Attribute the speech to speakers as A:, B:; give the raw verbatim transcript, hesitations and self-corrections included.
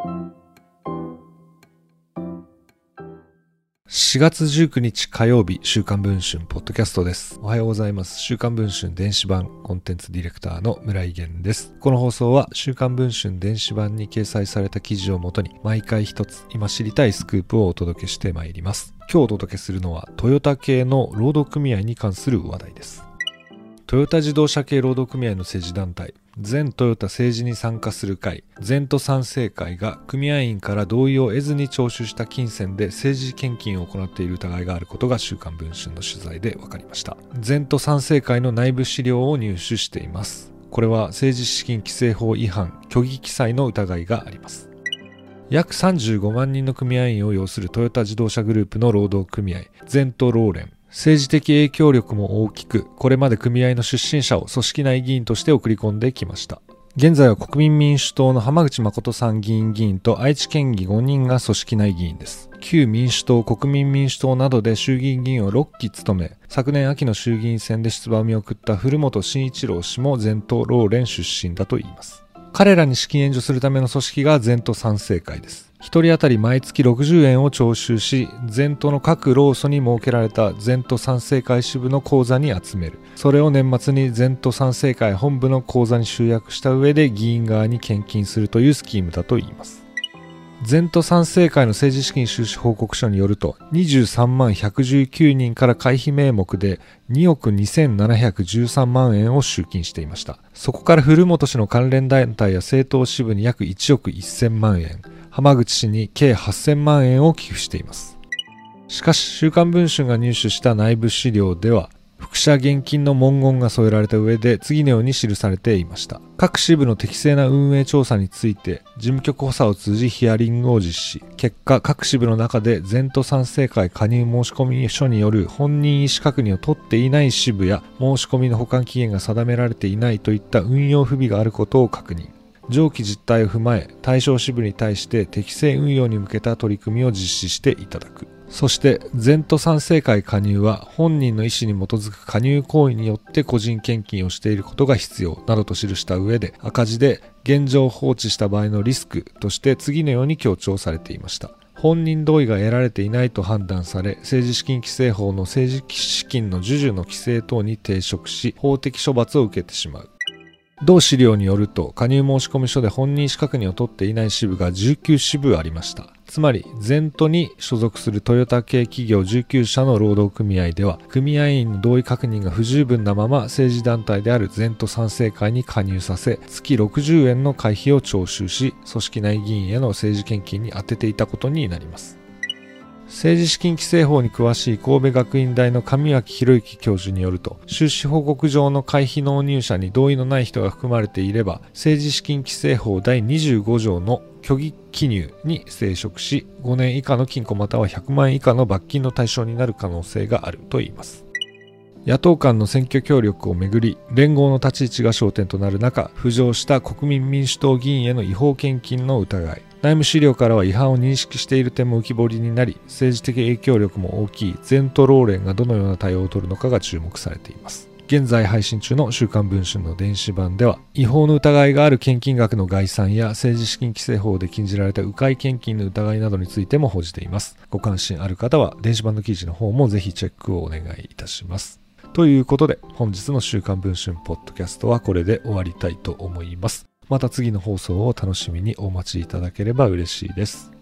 A: しがつじゅうくにち火曜日、週刊文春ポッドキャストです。おはようございます。週刊文春電子版コンテンツディレクターの村井源です。この放送は週刊文春電子版に掲載された記事をもとに毎回一つ今知りたいスクープをお届けしてまいります。今日お届けするのはトヨタ系の労働組合に関する話題です。トヨタ自動車系労働組合の政治団体全トヨタ政治に参加する会全都賛成会が組合員から同意を得ずに徴収した金銭で政治献金を行っている疑いがあることが週刊文春の取材で分かりました。全都賛成会の内部資料を入手しています。これは政治資金規正法違反虚偽記載の疑いがあります。約さんじゅうごまんにんの組合員を要するトヨタ自動車グループの労働組合全都労連、政治的影響力も大きく、これまで組合の出身者を組織内議員として送り込んできました。現在は国民民主党の浜口誠参議院議員と愛知県議ごにんが組織内議員です。旧民主党、国民民主党などで衆議院議員をろっき務め、昨年秋の衆議院選で出馬を見送った古本慎一郎氏も全都労連出身だといいます。彼らに資金援助するための組織が全都賛成会です。一人当たり毎月ろくじゅうえんを徴収し、全都の各労組に設けられた全都賛成会支部の口座に集める。それを年末に全都賛成会本部の口座に集約した上で議員側に献金するというスキームだといいます。全都賛成会の政治資金収支報告書によると、にじゅうさんまんひゃくじゅうきゅうにんから会費名目でにおくにせんななひゃくじゅうさんまんえんを集金していました。そこから古本氏の関連団体や政党支部に約いちおくせんまんえん、浜口氏に計はっせんまんえんを寄付しています。しかし、週刊文春が入手した内部資料では、複写現金の文言が添えられた上で次のように記されていました。各支部の適正な運営調査について、事務局補佐を通じヒアリングを実施。結果、各支部の中で全都賛成会加入申込書による本人意思確認を取っていない支部や、申し込みの保管期限が定められていないといった運用不備があることを確認。上記実態を踏まえ、対象支部に対して適正運用に向けた取り組みを実施していただく。そして、全都賛成会加入は本人の意思に基づく加入行為によって個人献金をしていることが必要などと記した上で、赤字で現状放置した場合のリスクとして次のように強調されていました。本人同意が得られていないと判断され、政治資金規正法の政治資金の授受の規制等に抵触し、法的処罰を受けてしまう。同資料によると、加入申込書で本人資格認を取っていない支部がじゅうきゅうしぶありました。つまり、全都に所属するトヨタ系企業じゅうきゅうしゃの労働組合では、組合員の同意確認が不十分なまま政治団体である全都賛成会に加入させ、月ろくじゅうえんの会費を徴収し、組織内議員への政治献金に充てていたことになります。政治資金規正法に詳しい神戸学院大の上脇博之教授によると、収支報告上の会費納入者に同意のない人が含まれていれば、政治資金規正法だいにじゅうごじょうの虚偽記入に抵触し、ごねん以下の禁錮またはひゃくまんえん以下の罰金の対象になる可能性があるといいます。野党間の選挙協力をめぐり、連合の立ち位置が焦点となる中、浮上した国民民主党議員への違法献金の疑い。内務資料からは違反を認識している点も浮き彫りになり、政治的影響力も大きい全都労連がどのような対応を取るのかが注目されています。現在配信中の週刊文春の電子版では、違法の疑いがある献金額の概算や政治資金規正法で禁じられた迂回献金の疑いなどについても報じています。ご関心ある方は電子版の記事の方もぜひチェックをお願いいたします。ということで、本日の週刊文春ポッドキャストはこれで終わりたいと思います。また次の放送を楽しみにお待ちいただければ嬉しいです。